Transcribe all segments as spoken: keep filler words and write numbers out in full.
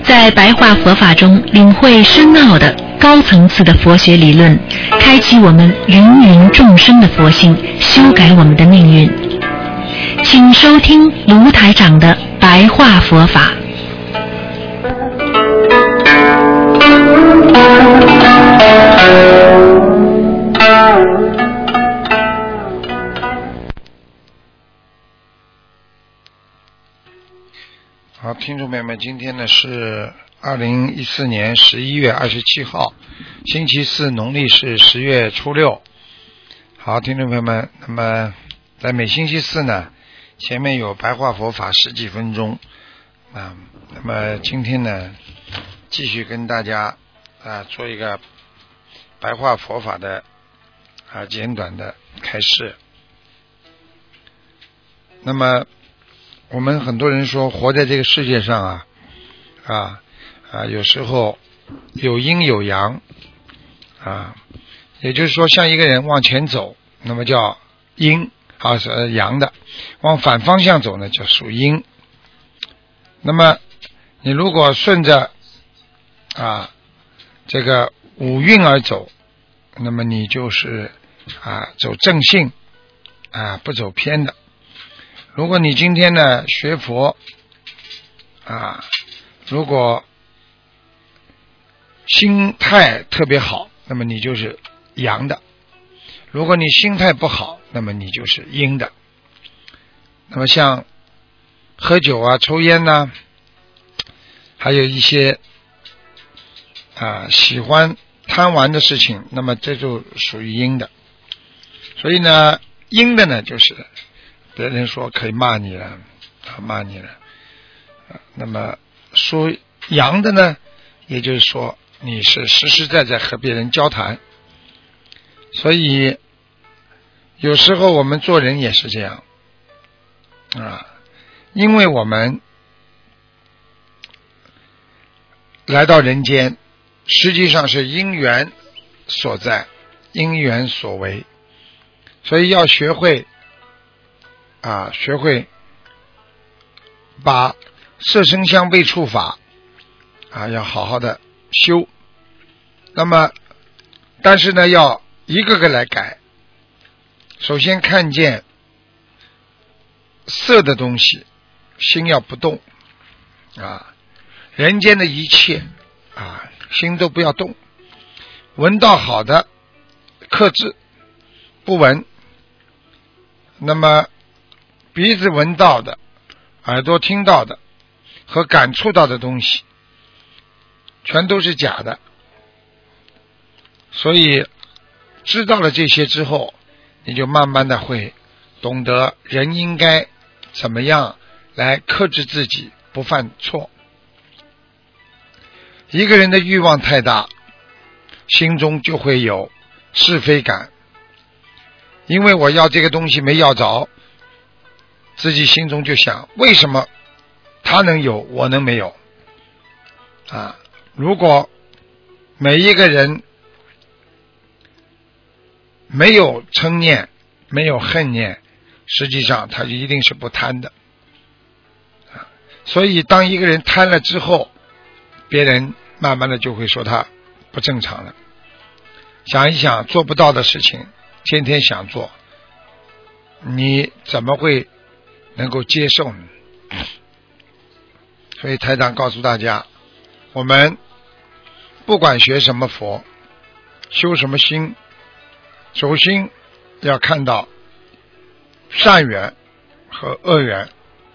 在白话佛法中领会深奥的高层次的佛学理论，开启我们芸芸众生的佛性，修改我们的命运。请收听卢台长的白话佛法。 好，听众朋友们，今天呢是二零一四年十一月二十七号，星期四，农历是十月初六。好，听众朋友们，那么在每星期四呢，前面有白话佛法十几分钟啊，那么今天呢，继续跟大家啊做一个白话佛法的啊简短的开示。那么我们很多人说，活在这个世界上啊啊啊，有时候有阴有阳啊，也就是说，像一个人往前走，那么叫阴啊是阳的；往反方向走呢，叫属阴。那么你如果顺着啊这个五运而走，那么你就是啊走正性啊，不走偏的。如果你今天呢学佛啊，如果心态特别好，那么你就是阳的；如果你心态不好，那么你就是阴的。那么像喝酒啊、抽烟呐、啊，还有一些啊喜欢贪玩的事情，那么这就属于阴的。所以呢，阴的呢就是别人说可以骂你了啊，骂你了。那么说阳的呢，也就是说你是实实在在和别人交谈。所以有时候我们做人也是这样啊，因为我们来到人间，实际上是因缘所在，因缘所为，所以要学会啊，学会把色声香味触法啊，要好好的修。那么，但是呢，要一个个来改。首先看见色的东西，心要不动啊，人间的一切啊，心都不要动。闻到好的，克制，不闻。那么鼻子闻到的，耳朵听到的和感触到的东西全都是假的。所以知道了这些之后，你就慢慢的会懂得人应该怎么样来克制自己不犯错。一个人的欲望太大，心中就会有是非感，因为我要这个东西没要着，自己心中就想，为什么他能有我能没有啊？如果每一个人没有嗔念，没有恨念，实际上他就一定是不贪的啊。所以当一个人贪了之后，别人慢慢的就会说他不正常了。想一想，做不到的事情天天想做，你怎么会能够接受呢？所以台长告诉大家，我们不管学什么佛，修什么心，首先要看到善缘和恶缘。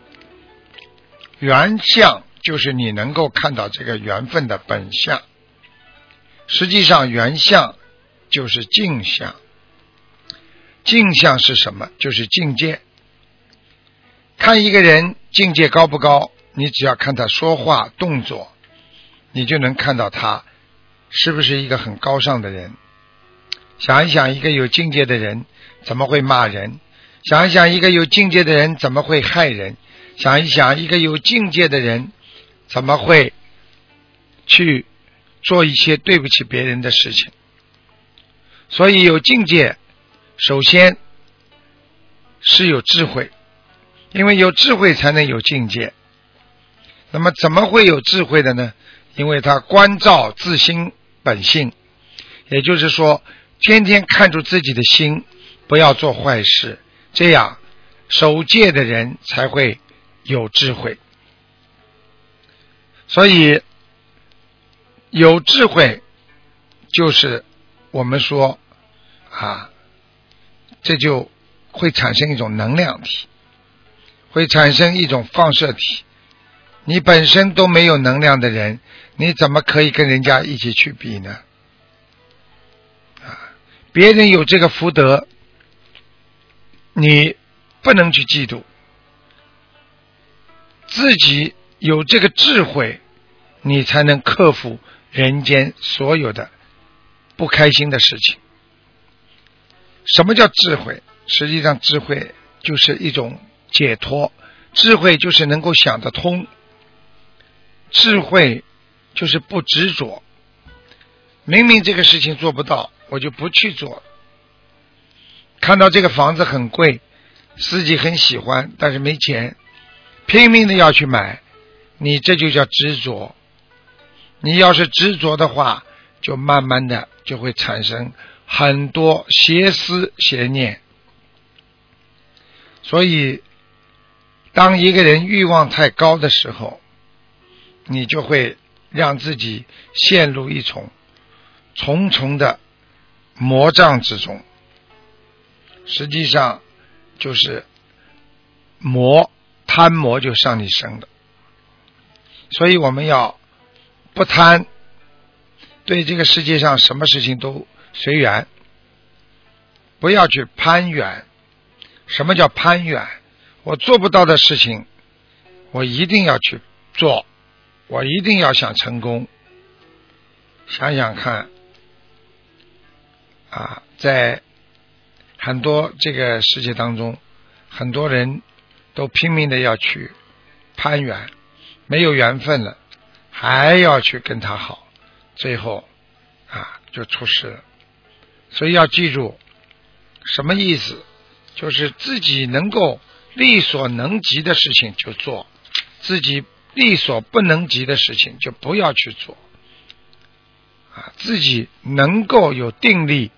缘相就是你能够看到这个缘分的本相，实际上缘相就是境相。境相是什么？就是境界。看一个人境界高不高，你只要看他说话动作，你就能看到他是不是一个很高尚的人。想一想，一个有境界的人怎么会骂人？想一想，一个有境界的人怎么会害人？想一想，一个有境界的人怎么会去做一些对不起别人的事情？所以有境界，首先是有智慧，因为有智慧才能有境界。 那么怎么会有智慧的呢？因为他关照自心本性，也就是说天天看住自己的心，不要做坏事，这样守戒的人才会有智慧。所以有智慧就是我们说啊，这就会产生一种能量体，会产生一种放射体。你本身都没有能量的人，你怎么可以跟人家一起去比呢？啊，别人有这个福德，你不能去嫉妒；自己有这个智慧，你才能克服人间所有的不开心的事情。什么叫智慧？实际上智慧就是一种解脱，智慧就是能够想得通，智慧就是不执着。明明这个事情做不到，我就不去做。看到这个房子很贵，自己很喜欢，但是没钱，拼命的要去买，你这就叫执着。你要是执着的话，就慢慢的就会产生很多邪思邪念。所以当一个人欲望太高的时候，你就会让自己陷入一种重重的魔障之中，实际上就是魔，贪魔就上你身了。所以我们要不贪，对这个世界上什么事情都随缘，不要去攀缘。什么叫攀缘？我做不到的事情我一定要去做，我一定要想成功。想想看啊，在很多这个世界当中，很多人都拼命的要去攀缘，没有缘分了还要去跟他好，最后啊就出事了。所以要记住什么意思，就是自己能够力所能及的事情就做，自己力所不能及的事情就不要去做啊，自己能够有定力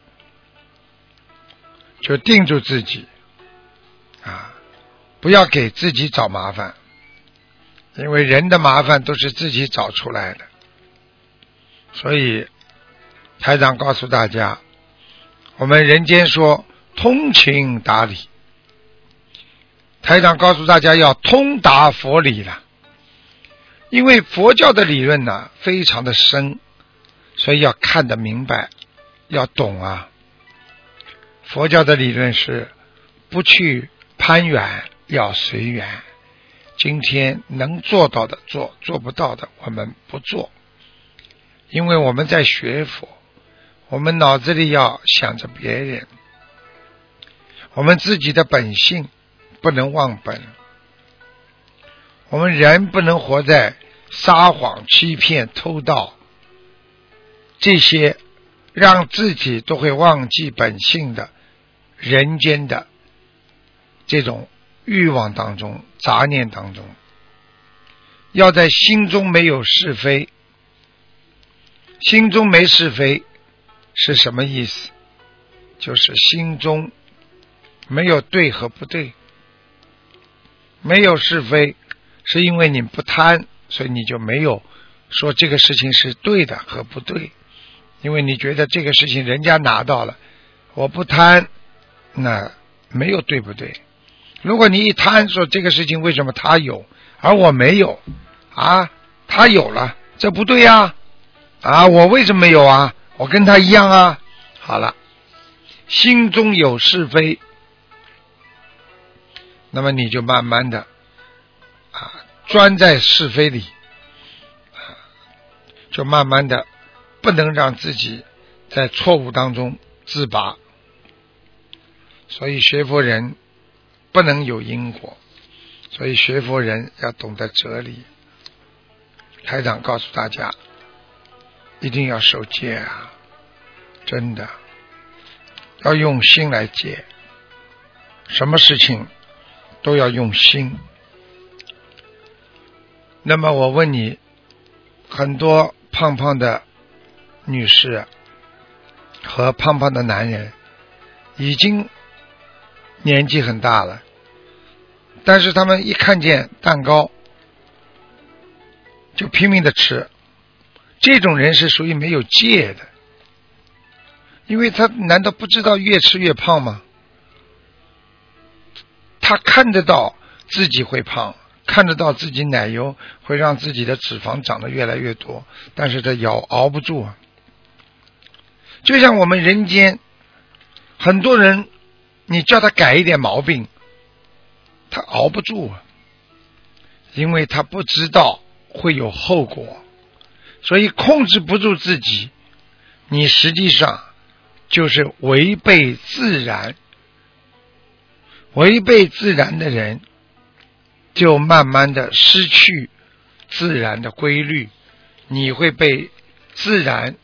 就定住自己啊，不要给自己找麻烦，因为人的麻烦都是自己找出来的。所以台长告诉大家，我们人间说通情达理，台长告诉大家要通达佛理了。因为佛教的理论呢非常的深，所以要看得明白，要懂啊。佛教的理论是不去攀缘，要随缘。今天能做到的做，做不到的我们不做。因为我们在学佛，我们脑子里要想着别人，我们自己的本性不能忘本。我们人不能活在撒谎、欺骗、偷盗这些让自己都会忘记本性的人间的这种欲望当中、杂念当中。要在心中没有是非。心中没是非是什么意思？就是心中没有对和不对，没有是非，是因为你不贪，所以你就没有说这个事情是对的和不对，因为你觉得这个事情人家拿到了，我不贪，那没有对不对。如果你一贪，说这个事情为什么他有而我没有啊？他有了，这不对呀！啊，我为什么没有啊？我跟他一样啊。好了，心中有是非，那么你就慢慢的啊钻在是非里，啊，就慢慢的不能让自己在错误当中自拔。所以学佛人不能有因果，所以学佛人要懂得哲理。台长告诉大家，一定要守戒啊，真的要用心来戒，什么事情都要用心。 那么我问你，很多胖胖的女士和胖胖的男人已经年纪很大了，但是他们一看见蛋糕就拼命的吃，这种人是属于没有戒的，因为他难道不知道越吃越胖吗？他看得到自己会胖，看得到自己奶油会让自己的脂肪长得越来越多，但是他熬熬不住啊。就像我们人间很多人，你叫他改一点毛病，他熬不住啊，因为他不知道会有后果，所以控制不住自己，你实际上就是违背自然。违背自然的人就慢慢的失去自然的规律，你会被自然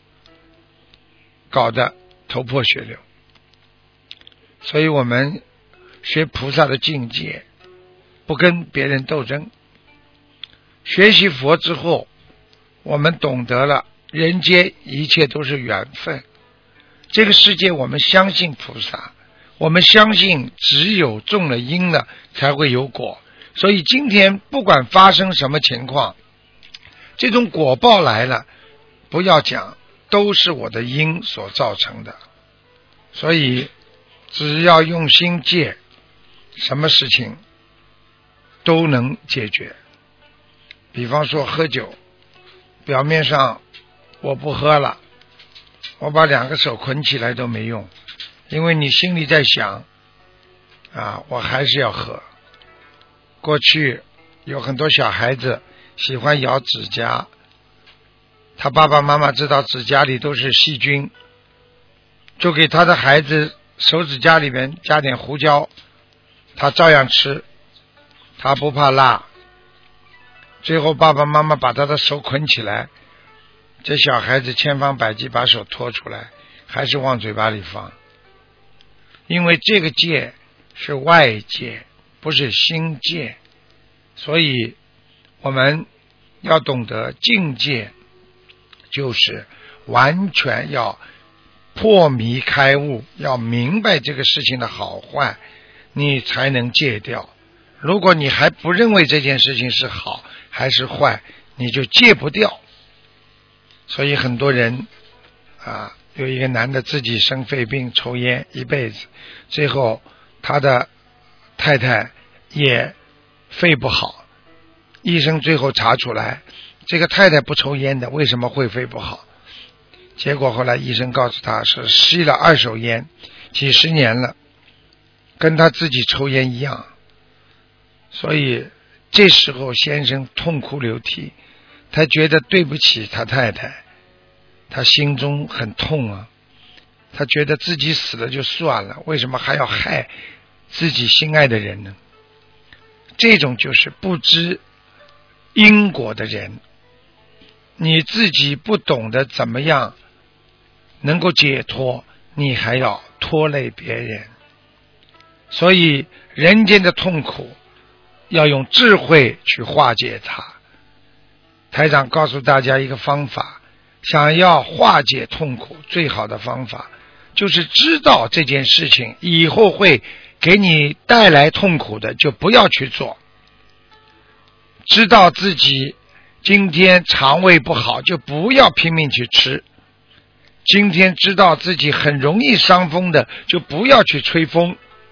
搞得头破血流。所以我们学菩萨的境界，不跟别人斗争。学习佛之后，我们懂得了人间一切都是缘分，这个世界我们相信菩萨，我们相信只有种了因了才会有果，所以今天不管发生什么情况，这种果报来了，不要讲，都是我的因所造成的。所以只要用心戒，什么事情都能解决。比方说喝酒，表面上我不喝了，我把两个手捆起来都没用，因为你心里在想啊，我还是要喝。过去有很多小孩子喜欢咬指甲，他爸爸妈妈知道指甲里都是细菌，就给他的孩子手指甲里面加点胡椒，他照样吃，他不怕辣。最后爸爸妈妈把他的手捆起来，这小孩子千方百计把手拖出来，还是往嘴巴里放。因为这个戒是外戒，不是心戒，所以我们要懂得境界，就是完全要破迷开悟，要明白这个事情的好坏，你才能戒掉。如果你还不认为这件事情是好还是坏，你就戒不掉。所以很多人啊，有一个男的自己生肺病，抽烟一辈子，最后他的太太也肺不好，医生最后查出来，这个太太不抽烟的，为什么会肺不好？结果后来医生告诉他是吸了二手烟几十年了，跟他自己抽烟一样。所以这时候先生痛哭流涕，他觉得对不起他太太，他心中很痛啊，他觉得自己死了就算了，为什么还要害自己心爱的人呢？这种就是不知因果的人，你自己不懂得怎么样能够解脱，你还要拖累别人。所以人间的痛苦要用智慧去化解它。台长告诉大家一个方法，想要化解痛苦，最好的方法就是知道这件事情以后会给你带来痛苦的，就不要去做。知道自己今天肠胃不好，就不要拼命去吃。今天知道自己很容易伤风的，就不要去吹风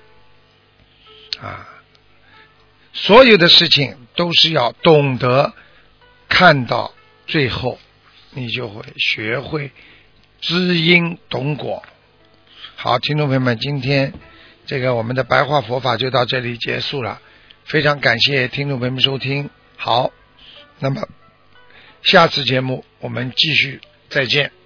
啊！所有的事情都是要懂得看到最后，你就会学会知因懂果。好，听众朋友们，今天这个我们的白话佛法就到这里结束了，非常感谢听众朋友们收听。好，那么下次节目我们继续再见。